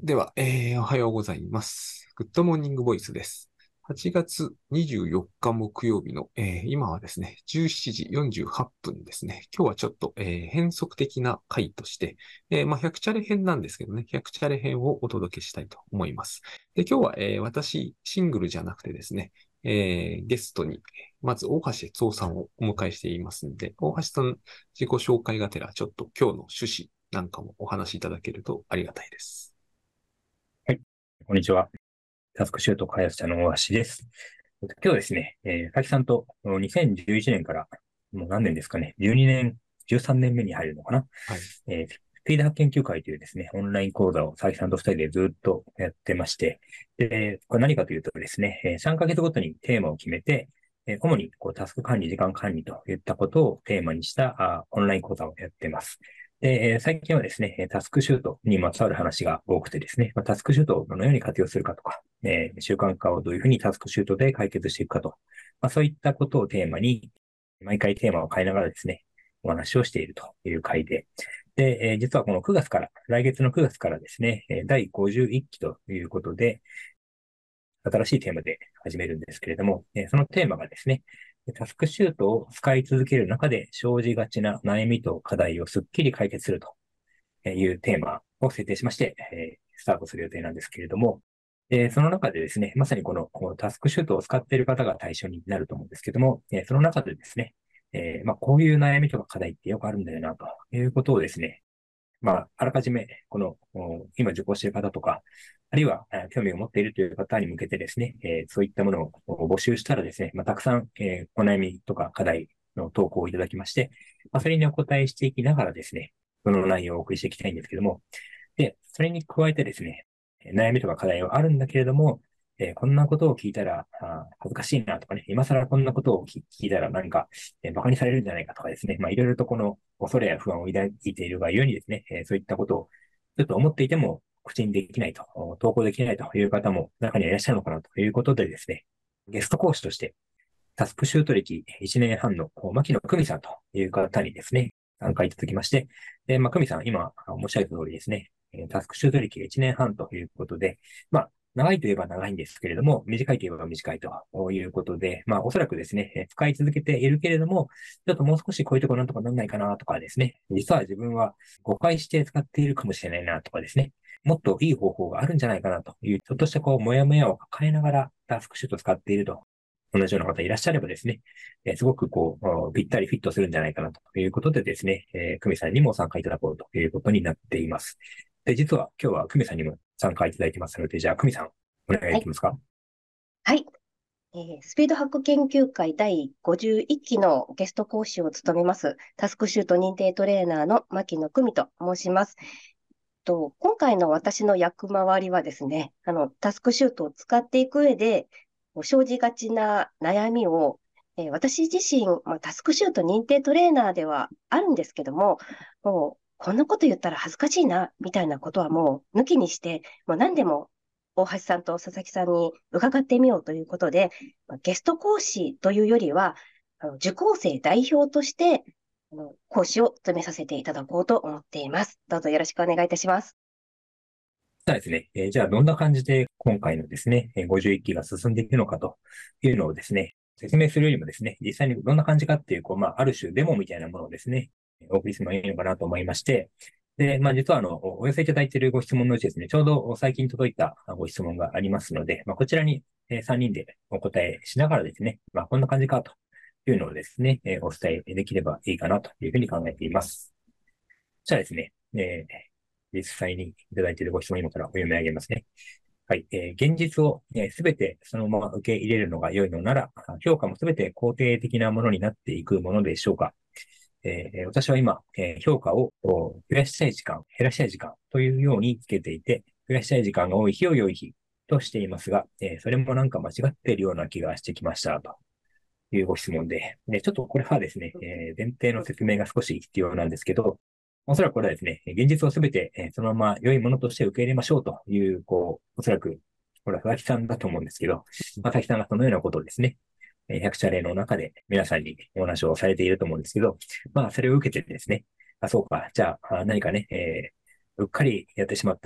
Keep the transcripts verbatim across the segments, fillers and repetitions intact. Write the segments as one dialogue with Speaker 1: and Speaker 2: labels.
Speaker 1: では、えーおはようございます。グッドモーニングボイスです。はちがつにじゅうよっか木曜日の、えー今はですね、じゅうしちじよんじゅうはっぷんですね。今日はちょっと、えー変則的な回として、えーまあ、ひゃくチャレ編なんですけどね、ひゃくチャレ編をお届けしたいと思います。で、今日は、えー私、シングルじゃなくてですね、えーゲストに、まず大橋悦夫さんをお迎えしていますので、大橋さん、自己紹介がてら、ちょっと今日の趣旨なんかもお話しいただけるとありがたいです。
Speaker 2: はい。こんにちは。タスクシュート開発者の大橋です。えっと今日ですね、えー、滝さんとにせんじゅういちねんから、もう何年ですかね、じゅうにねん、じゅうさんねんめに入るのかな。
Speaker 1: はい。
Speaker 2: えー、フィードバック研究会というですね、オンライン講座を佐々木さんとふたりでずっとやってまして、で、これ何かというとですね、えーさんかげつごとにテーマを決めて、えー主にこうタスク管理、時間管理といったことをテーマにしたあオンライン講座をやってます。で、えー最近はですね、えータスクシュートにまつわる話が多くてですね、まあ、タスクシュートをどのように活用するかとか、えー習慣化をどういうふうにタスクシュートで解決していくかと、まあ、そういったことをテーマに、毎回テーマを変えながらですね、お話をしているという回で、で、えー実はこのくがつから、来月のくがつからですね、えーだいごじゅういっきということで、新しいテーマで始めるんですけれども、えーそのテーマがですね、タスクシュートを使い続ける中で生じがちな悩みと課題をすっきり解決するというテーマを設定しまして、えースタートする予定なんですけれども、えーその中でですね、まさにこのこのタスクシュートを使っている方が対象になると思うんですけども、えーその中でですね、えーまあ、こういう悩みとか課題ってよくあるんだよな、ということをですね、まあ、あらかじめ、この、今受講している方とか、あるいは、興味を持っているという方に向けてですね、えーそういったものを募集したらですね、まあ、たくさん、えーお悩みとか課題の投稿をいただきまして、まあ、それにお答えしていきながらですね、その内容をお送りしていきたいんですけども、で、それに加えてですね、悩みとか課題はあるんだけれども、えーこんなことを聞いたら、あ恥ずかしいなとかね、今更こんなことを聞聞いたら何か、えー馬鹿にされるんじゃないかとかですね、まあいろいろとこの恐れや不安を抱いているがゆえにですね、えーそういったことをちょっと思っていても口にできないと、投稿できないという方も中にはいらっしゃるのかなということでですね、ゲスト講師としてタスクシュート歴いちねんはんの牧野久美さんという方にですね、参加いただきまして、で、まあ、久美さん、今申し上げた通りですね、タスクシュート歴がいちねんはんということで、まあ、長いといえば長いんですけれども、短いといえば短いということで、まあ、おそらくですね、使い続けているけれども、ちょっともう少しこういうところなんとかなんないかなとかですね、実は自分は誤解して使っているかもしれないなとかですね、もっといい方法があるんじゃないかなという、ちょっとしたこう、もやもやを抱えながらタスクシュートを使っていると同じような方いらっしゃればですね、えーすごくこう、ぴったりフィットするんじゃないかなということでですね、えー、久美さんにも参加いただこうということになっています。で、実は今日は久美さんにも参加いただいてますので、じゃあ久美さん、お願い
Speaker 3: はい。
Speaker 2: できますか？
Speaker 3: はい。えースピードハック研究会だいごじゅういっきのゲスト講師を務めます、タスクシュート認定トレーナーの牧野久美と申します。と、今回の私の役回りはですね、あの、タスクシュートを使っていく上で、生じがちな悩みを、えー私自身、まあ、タスクシュート認定トレーナーではあるんですけども、もう、こんなこと言ったら恥ずかしいな、みたいなことはもう抜きにして、もう何でも大橋さんと佐々木さんに伺ってみようということで、まあゲスト講師というよりは、あの受講生代表として、あの講師を務めさせていただこうと思っています。どうぞよろしくお願いいたします。
Speaker 2: そうですね、えーじゃあどんな感じで今回のですね、えーごじゅういっきが進んでいくのかというのをですね、説明するよりもですね、実際にどんな感じかっていう、こう、まあ、ある種デモみたいなものをですね、お送りするのがいいのかなと思いまして、で、まあ、実はあの、おお寄せいただいているご質問のうちですね、ちょうど最近届いたご質問がありますので、まあ、こちらにえーさんにんでお答えしながらですね、まあ、こんな感じかというのをですね、えーお伝えできればいいかなというふうに考えています。じゃあですね、えー実際にいただいているご質問を今からお読み上げますね。はい。えー現実をすべてそのまま受け入れるのが良いのなら、評価もすべて肯定的なものになっていくものでしょうか？えー私は今、えー評価をお増やしたい時間、減らしたい時間というようにつけていて、増やしたい時間が多い日を良い日としていますが、えーそれもなんか間違っているような気がしてきましたというご質問で、でちょっとこれはですね、えー前提の説明が少し必要なんですけど、おそらくこれはですね、現実をすべて、えーそのまま良いものとして受け入れましょうという、こう、おそらく、これは佐々木さんだと思うんですけど、まあ、佐々木さんがそのようなことをですね、えーひゃく社例の中で皆さんにお話をされていると思うんですけど、まあ、それを受けてですね、あ、そうか、じゃあ、あ何かね、えーうっかりやってしまった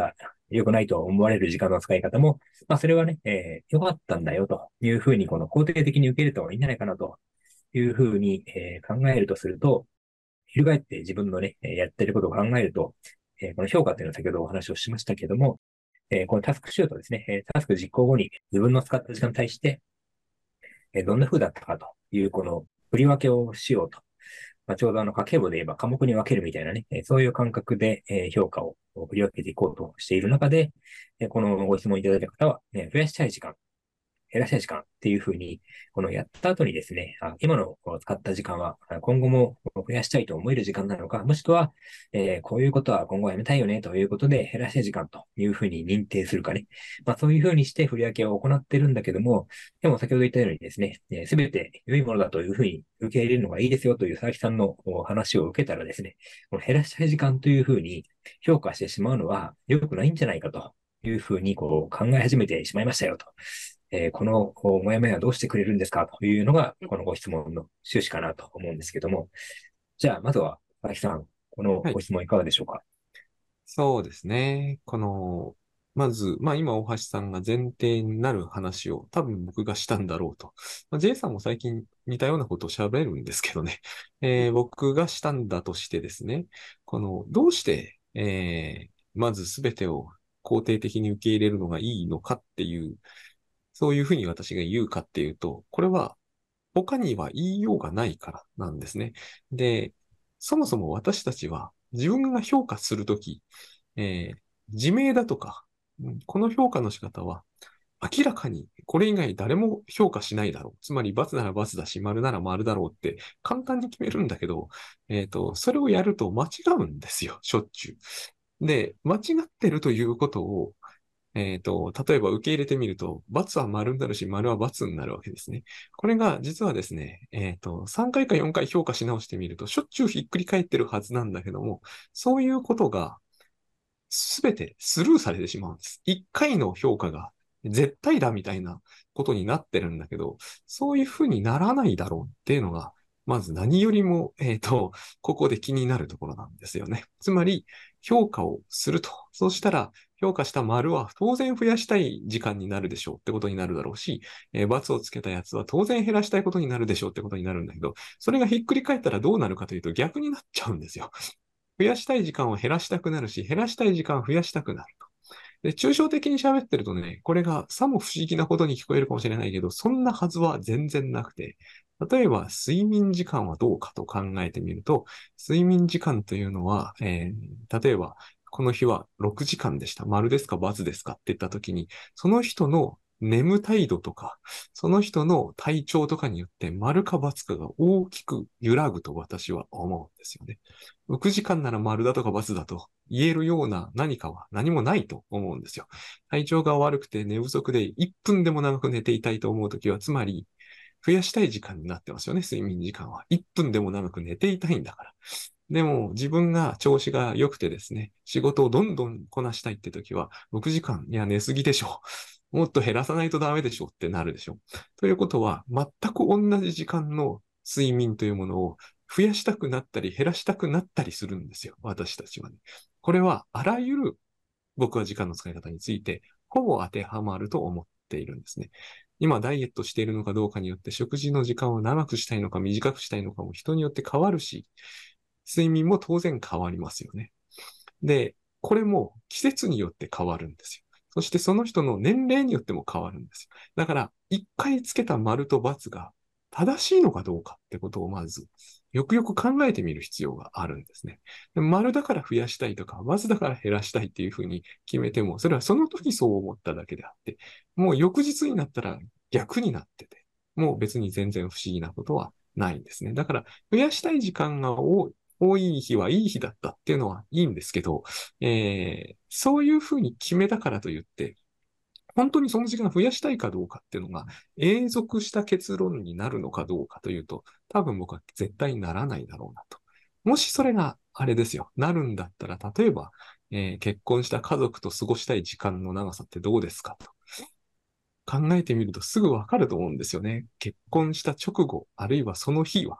Speaker 2: 良くないと思われる時間の使い方も、まあ、それはね、えー良かったんだよというふうに、この肯定的に受け入れた方がいいんじゃないかなというふうに、えー考えるとすると、翻って自分のね、えーやってることを考えると、えーこの評価っていうのは先ほどお話をしましたけども、えーこのタスクシュートですね、えータスク実行後に自分の使った時間に対して、えーどんな風だったかという、この振り分けをしようと。まあ、ちょうどあの家計簿で言えば科目に分けるみたいなね、えーそういう感覚で、えー評価を振り分けていこうとしている中で、えーこのご質問いただいた方は、ね、増やしたい時間、減らしたい時間っていうふうに、このやった後にですね、あ今の使った時間は今後も増やしたいと思える時間なのか、もしくは、えーこういうことは今後はやめたいよねということで減らしたい時間というふうに認定するかね。まあそういうふうにして振り分けを行ってるんだけども、でも先ほど言ったようにですね、すべて良いものだというふうに受け入れるのがいいですよという佐々木さんのお話を受けたらですね、この減らしたい時間というふうに評価してしまうのは良くないんじゃないかというふうにこう考え始めてしまいましたよと。えーこのこうもやもやはどうしてくれるんですかというのが、このご質問の趣旨かなと思うんですけども、じゃあ、まずは、佐々木さん、この
Speaker 1: はい。
Speaker 2: ご質問いかがでしょうか？
Speaker 1: そうですね。この、まず、まあ今、大橋さんが前提になる話を多分僕がしたんだろうと。まあ、J さんも最近似たようなことを喋るんですけどね。えー僕がしたんだとしてですね。この、どうして、えーまず全てを肯定的に受け入れるのがいいのかっていう、そういうふうに私が言うかっていうと、これは他には言いようがないからなんですね。で、そもそも私たちは自分が評価するとき、えー自明だとか、うんこの評価の仕方は明らかにこれ以外誰も評価しないだろう。つまり×なら×だし、丸なら丸だろうって簡単に決めるんだけど、えっと、それをやると間違うんですよ、しょっちゅう。で、間違ってるということをえっと、例えば受け入れてみると、×は丸になるし、丸は×になるわけですね。これが実はですね、えっと、さんかいかよんかい評価し直してみると、しょっちゅうひっくり返ってるはずなんだけども、そういうことがすべてスルーされてしまうんです。いっかいの評価が絶対だみたいなことになってるんだけど、そういうふうにならないだろうっていうのが、まず何よりも、えっと、ここで気になるところなんですよね。つまり、評価をすると。そうしたら、評価した丸は当然増やしたい時間になるでしょうってことになるだろうし、えー、×をつけたやつは当然減らしたいことになるでしょうってことになるんだけど、それがひっくり返ったらどうなるかというと逆になっちゃうんですよ。増やしたい時間を減らしたくなるし、減らしたい時間を増やしたくなると。で、抽象的に喋ってるとね、これがさも不思議なことに聞こえるかもしれないけど、そんなはずは全然なくて、例えば睡眠時間はどうかと考えてみると、睡眠時間というのは、えー例えば、この日はろくじかんでした。丸ですか×ですかって言ったときに、その人の眠たい度とか、その人の体調とかによって丸か×かが大きく揺らぐと私は思うんですよね。ろくじかんなら丸だとか×だと言えるような何かは何もないと思うんですよ。体調が悪くて寝不足でいっぷんでも長く寝ていたいと思うときは、つまり増やしたい時間になってますよね、睡眠時間は。いっぷんでも長く寝ていたいんだから。でも自分が調子が良くてですね、仕事をどんどんこなしたいって時は、ろくじかん、いや寝すぎでしょ。もっと減らさないとダメでしょってなるでしょ。ということは、全く同じ時間の睡眠というものを増やしたくなったり減らしたくなったりするんですよ。私たちはね。これはあらゆる僕は時間の使い方についてほぼ当てはまると思っているんですね。今ダイエットしているのかどうかによって食事の時間を長くしたいのか短くしたいのかも人によって変わるし、睡眠も当然変わりますよね。で、これも季節によって変わるんですよ。そしてその人の年齢によっても変わるんですよ。だから、一回つけた丸と×が正しいのかどうかってことをまず、よくよく考えてみる必要があるんですね。丸だから増やしたいとか、×だから減らしたいっていうふうに決めても、それはその時そう思っただけであって、もう翌日になったら逆になってて、もう別に全然不思議なことはないんですね。だから、増やしたい時間が多い多い日はいい日だったっていうのはいいんですけど、えー、そういうふうに決めたからといって、本当にその時間増やしたいかどうかっていうのが永続した結論になるのかどうかというと、多分僕は絶対にならないだろうなと。もしそれがあれですよ、なるんだったら、例えば、えー結婚した家族と過ごしたい時間の長さってどうですかと考えてみるとすぐわかると思うんですよね。結婚した直後、あるいはその日は、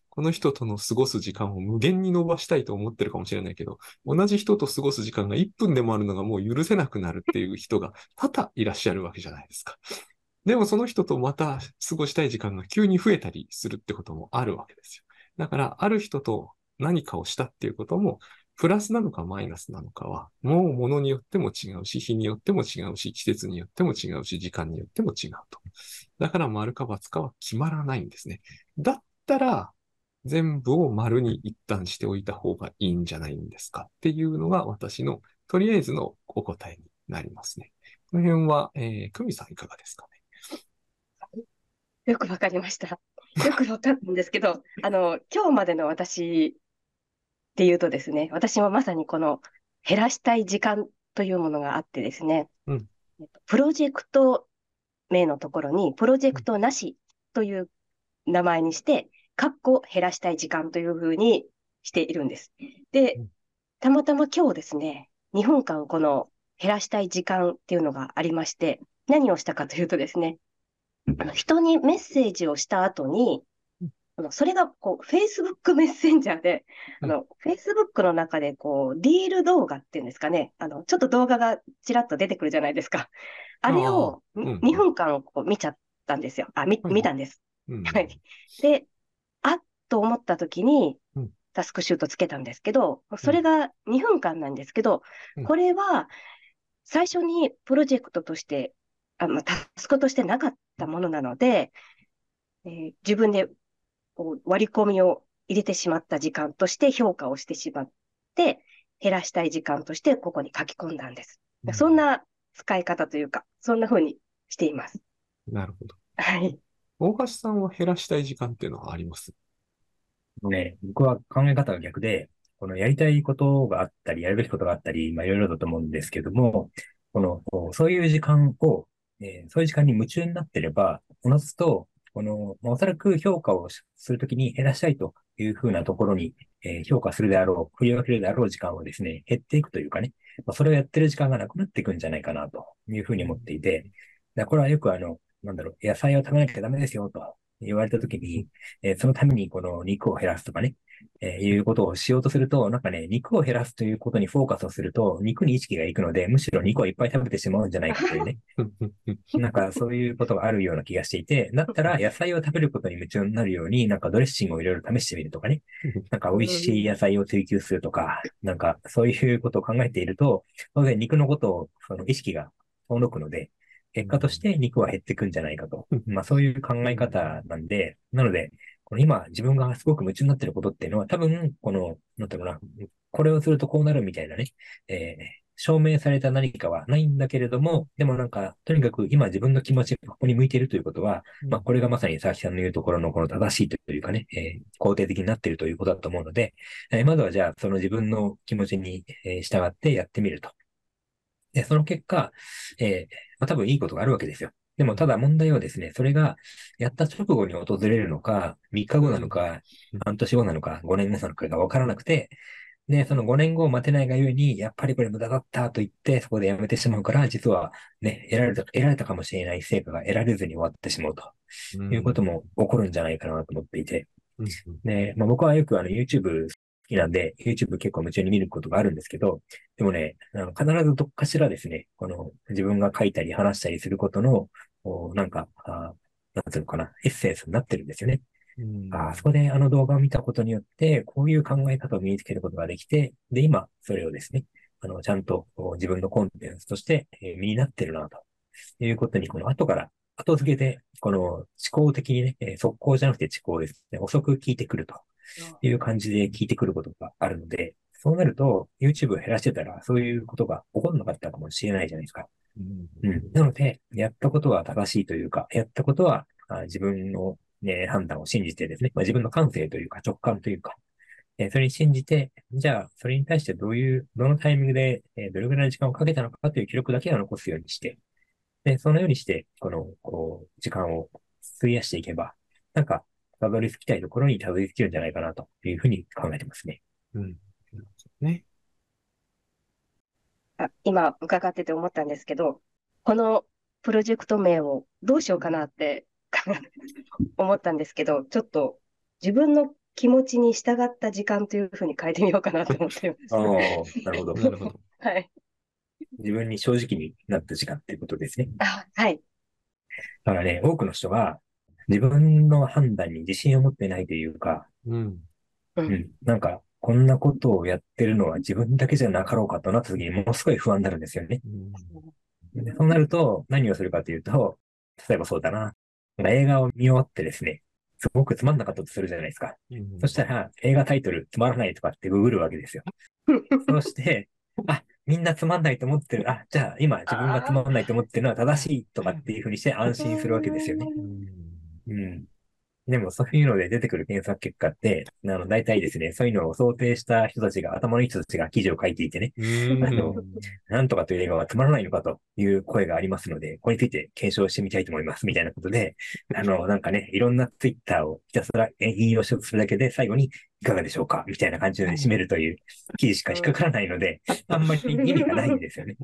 Speaker 1: この人との過ごす時間を無限に伸ばしたいと思ってるかもしれないけど、同じ人と過ごす時間がいっぷんでもあるのがもう許せなくなるっていう人が多々いらっしゃるわけじゃないですか。でもその人とまた過ごしたい時間が急に増えたりするってこともあるわけですよ。だから、ある人と何かをしたっていうことも、プラスなのかマイナスなのかは、もう物によっても違うし、日によっても違うし、季節によっても違うし、時間によっても違うと。だから丸か×かは決まらないんですね。だったら、全部を丸に一旦しておいた方がいいんじゃないんですかっていうのが私のとりあえずのお答えになりますね。この辺は、えー、久美さんいかがですかね。
Speaker 3: よくわかりました。よくわかるんですけど、あの、今日までの私っていうとですね、私もまさにこの減らしたい時間というものがあってですね、
Speaker 1: うん。
Speaker 3: プロジェクト名のところに、プロジェクトなしという名前にして、かっこ減らしたい時間というふうにしているんです。で、たまたま今日ですね、にふんかんこの減らしたい時間っていうのがありまして、何をしたかというとですね、あの人にメッセージをした後に、あのそれがこう Facebook メッセンジャーで、あの Facebook の中でこうリール動画っていうんですかね、あのちょっと動画がちらっと出てくるじゃないですか。あれ
Speaker 1: ああ、
Speaker 3: を
Speaker 1: うん。
Speaker 3: にふんかんこう見ちゃったんですよ。あ、見、
Speaker 1: はいはい。
Speaker 3: 見たんです。
Speaker 1: うん。
Speaker 3: はい。で、あっと思った時に
Speaker 1: うん。
Speaker 3: タスクシュートつけたんですけど、
Speaker 1: うん。
Speaker 3: それがにふんかんなんですけど、
Speaker 1: うん。
Speaker 3: これは最初にプロジェクトとして、あのタスクとしてなかったものなので、えー自分でこう割り込みを入れてしまった時間として評価をしてしまって、減らしたい時間としてここに書き込んだんです。
Speaker 1: うん。
Speaker 3: そんな使い方というか、そんな風にしています。
Speaker 1: なるほど。
Speaker 3: はい。
Speaker 1: 大橋さんは減らしたい時間っていうのはあります？
Speaker 2: ね、僕は考え方が逆で、このやりたいことがあったり、やるべきことがあったり、まあいろいろだと思うんですけども、この、こうそういう時間を、えーそういう時間に夢中になってれば、おのずと、この、まあおそらく評価をしするときに減らしたいというふうなところに、えー評価するであろう、振り分けるであろう時間はですね、減っていくというかね、まあ、それをやってる時間がなくなっていくんじゃないかなというふうに思っていて、だこれはよくあの、なんだろう、野菜を食べなきゃダメですよと言われたときに、えーそのためにこの肉を減らすとかね、えーいうことをしようとすると、なんかね、肉を減らすということにフォーカスをすると、肉に意識がいくので、むしろ肉をいっぱい食べてしまうんじゃないかというね、
Speaker 1: うんうんうん
Speaker 2: なんかそういうことがあるような気がしていて、だったら野菜を食べることに夢中になるように、なんかドレッシングをいろいろ試してみるとかね、なんか美味しい野菜を追求するとか、なんかそういうことを考えていると、当然肉のことをその意識が遠のくので、結果として肉は減っていくんじゃないかと。まあそういう考え方なんで、なので、この今自分がすごく夢中になっていることっていうのは多分、この、なんていうのかな、これをするとこうなるみたいなね、えー証明された何かはないんだけれども、でもなんか、とにかく今自分の気持ちがここに向いているということは、まあこれがまさに佐々木さんの言うところのこの正しいというかね、えー肯定的になっているということだと思うので、えーまずはじゃあその自分の気持ちに、えー従ってやってみると。で、その結果、えーまあ、多分いいことがあるわけですよ。でも、ただ問題はですね、それがやった直後に訪れるのか、みっかごなのか、半年後なのか、ごねんごなのかがわからなくて、で、そのごねんごを待てないがゆえに、やっぱりこれ無駄だったと言って、そこでやめてしまうから、実はね、得られた、得られたかもしれない成果が得られずに終わってしまうということも起こるんじゃないかなと思っていて。で、まあ、僕はよくあの YouTube 好きなんで、YouTube 結構夢中に見ることがあるんですけど、でもね、あの必ずどっかしらですね、この自分が書いたり話したりすることの、こうなんか、あなんていうのかな、エッセンスになってるんですよね。あ、そこであの動画を見たことによって、こういう考え方を身につけることができて、で、今、それをですね、あの、ちゃんとこう自分のコンテンツとして、えー身になってるな、ということに、この後から、後付けで、この思考的にね、えー速攻じゃなくて思考ですね、遅く聞いてくるという感じで聞いてくることがあるので、そうなると、YouTube を減らしてたら、そういうことが起こらなかったかもしれないじゃないですか。うん。なので、やったことは正しいというか、やったことは、あ自分の、ね、判断を信じてですね、まあ、自分の感性というか直感というか、えーそれに信じて、じゃあ、それに対してどういう、どのタイミングで、えーどれぐらいの時間をかけたのかという記録だけは残すようにして、で、そのようにして、この、こう、時間を費やしていけば、なんか、たどり着きたいところにたどり着けるんじゃないかなというふうに考えてますね。
Speaker 1: うん。ね。
Speaker 3: あ、今伺ってて思ったんですけど、このプロジェクト名をどうしようかなって思ったんですけど、ちょっと自分の気持ちに従った時間というふうに変えてみようかなと思っています。
Speaker 2: ああ、なるほど。
Speaker 1: なるほど。
Speaker 3: はい。
Speaker 2: 自分に正直になった時間っていうことですね。
Speaker 3: あ、はい。
Speaker 2: だからね、多くの人が自分の判断に自信を持ってないというか、
Speaker 1: うん。
Speaker 3: う。
Speaker 2: うんん、なんか、こんなことをやってるのは自分だけじゃなかろうかとなった時にものすごい不安になるんですよね。
Speaker 1: うん。
Speaker 2: でそうなると、何をするかというと、例えばそうだな。映画を見終わってですね、すごくつまんなかったとするじゃないですか。
Speaker 1: うん
Speaker 2: そしたら、映画タイトルつまらないとかってググるわけですよ。そうして、あ、みんなつまんないと思ってる。あ、じゃあ今自分がつ
Speaker 3: あ
Speaker 2: まんないと思ってるのは正しいとかっていうふうにして安心するわけですよね。
Speaker 3: ー
Speaker 1: うん
Speaker 2: うん。でもそういうので出てくる検索結果って、あの、大体ですね、そういうのを想定した人たちが、頭のいい人たちが記事を書いていてね、
Speaker 1: う
Speaker 2: あの、
Speaker 1: ん。
Speaker 2: なんとかという映画はつまらないのかという声がありますので、これについて検証してみたいと思います、みたいなことで、あの、なんかね、いろんなツイッターをひたすら引用するだけで、最後にいかがでしょうかみたいな感じで締めるという記事しか引っかからないので、あんまり意味がないんですよね。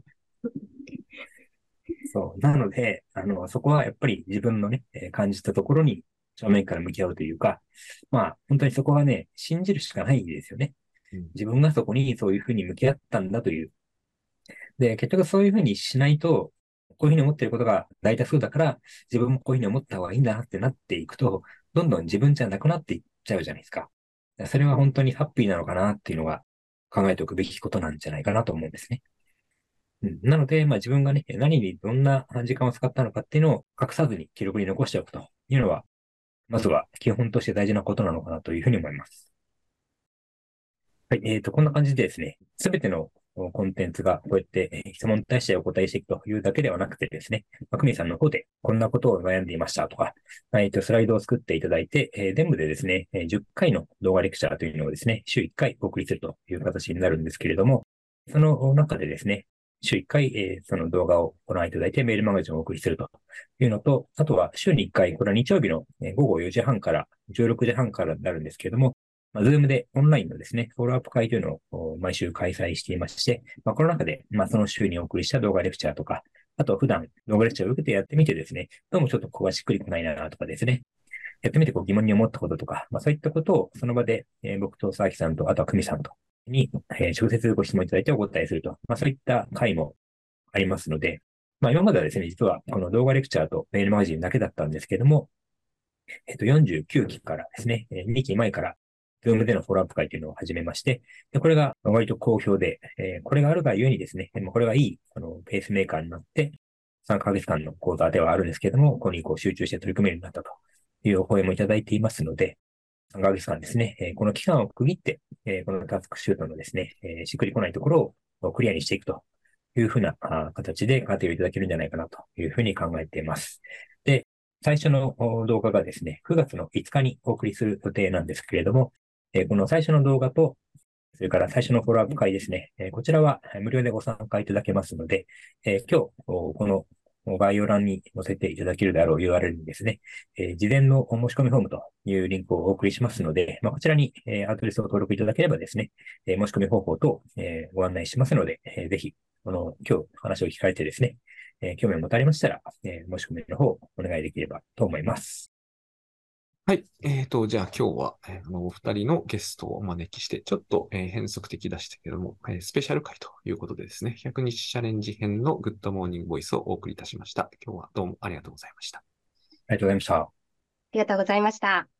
Speaker 2: そう。なので、あの、そこはやっぱり自分のね、えー感じたところに正面から向き合うというか、まあ、本当にそこはね、信じるしかないんですよね。自分がそこにそういうふうに向き合ったんだという。で、結局そういうふうにしないと、こういうふうに思っていることが大多数だから、自分もこういうふうに思った方がいいんだなってなっていくと、どんどん自分じゃなくなっていっちゃうじゃないですか。それは本当にハッピーなのかなっていうのが考えておくべきことなんじゃないかなと思うんですね。うん、なので、まあ自分がね、何にどんな時間を使ったのかっていうのを隠さずに記録に残しておくというのは、まずは基本として大事なことなのかなというふうに思います。はい、えっと、こんな感じでですね、すべてのコンテンツがこうやってえー質問に対してお答えしていくというだけではなくてですね、まあ久美さんの方でこんなことを悩んでいましたとか、えっと、スライドを作っていただいて、えー全部でですね、えーじゅっかいの動画レクチャーというのをですね、週いっかいお送りするという形になるんですけれども、その中でですね、週いっかい、えーその動画をご覧いただいてメールマガジンをお送りするというのと、あとは週にいっかい、これは日曜日のえー午後よじはんからじゅうろくじはんからになるんですけれども、まあ、ズームでオンラインのですね、フォローアップ会というのを毎週開催していまして、まあ、この中で、まあ、その週にお送りした動画レクチャーとか、あと普段動画レクチャーを受けてやってみてですね、どうもちょっとここがしっくりこないなとかですね、やってみてこう疑問に思ったこととか、まあ、そういったことをその場で、えー僕と佐々木さんと、あとは久美さんとに、えー直接ご質問いただいてお答えすると、まあ、そういった回もありますので、まあ、今まではですね、実はこの動画レクチャーとメールマガジンだけだったんですけども、えっと、よんじゅうきゅうきからですね、えーにきまえから、ズームでのフォローアップ会というのを始めまして、でこれが割と好評で、えーこれがあるがゆえにですね、これがいい、あの、ペースメーカーになって、さんかげつかんの講座ではあるんですけれども、ここにこう集中して取り組めるようになったというお声もいただいていますので、さんかげつかんですね、えーこの期間を区切って、えーこのタスクシュートのですね、えーしっくりこないところをクリアにしていくというふうなあ形で家庭をいただけるんじゃないかなというふうに考えています。で、最初の動画がですね、くがつのいつかにお送りする予定なんですけれども、えーこの最初の動画と、それから最初のフォローアップ会ですね、えーこちらは無料でご参加いただけますので、えー今日、この概要欄に載せていただけるであろう ユーアールエル にですね、えー事前のお申し込みフォームというリンクをお送りしますので、まあ、こちらに、えーアドレスを登録いただければですね、えー申し込み方法等、えーご案内しますので、えーぜひ、この今日話を聞かれてですね、えー興味を持たれましたら、えー申し込みの方をお願いできればと思います。
Speaker 1: はい。えっと、じゃあ今日は、えーあの、お二人のゲストをお招きして、ちょっと、えー変則的でしたけども、えースペシャル回ということでですね、ひゃくにちチャレンジ編のグッドモーニングボイスをお送りいたしました。今日はどうもありがとうございました。
Speaker 2: ありがとうございました。
Speaker 3: ありがとうございました。